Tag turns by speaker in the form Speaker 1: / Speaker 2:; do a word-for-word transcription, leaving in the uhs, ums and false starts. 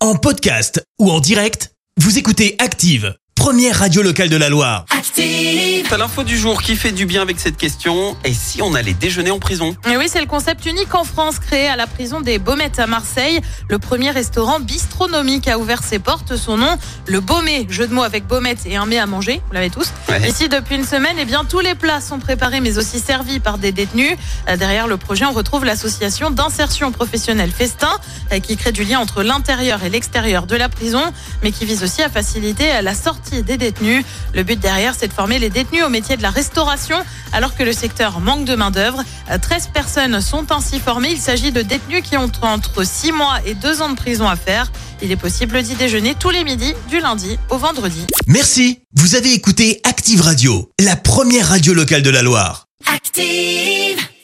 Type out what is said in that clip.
Speaker 1: En podcast ou en direct, vous écoutez Active, première radio locale de la Loire.
Speaker 2: Active.
Speaker 3: T'as l'info du jour qui fait du bien avec cette question. Et si on allait déjeuner en prison ?
Speaker 4: Et oui, c'est le concept unique en France créé à la prison des Baumettes à Marseille. Le premier restaurant bistronomique a ouvert ses portes. Son nom, le Baumé. Jeu de mots avec Baumette et un mets à manger. Vous l'avez tous.
Speaker 3: Ouais.
Speaker 4: Ici, depuis une semaine, eh bien, tous les plats sont préparés mais aussi servis par des détenus. Derrière le projet, on retrouve l'association d'insertion professionnelle Festin qui crée du lien entre l'intérieur et l'extérieur de la prison, mais qui vise aussi à faciliter la sortie des détenus. Le but derrière, c'est de former les détenus au métier de la restauration, alors que le secteur manque de main-d'œuvre. treize personnes sont ainsi formées. Il s'agit de détenus qui ont entre six mois et deux ans de prison à faire. Il est possible d'y déjeuner tous les midis, du lundi au vendredi.
Speaker 1: Merci. Vous avez écouté Active Radio, la première radio locale de la Loire.
Speaker 2: Active.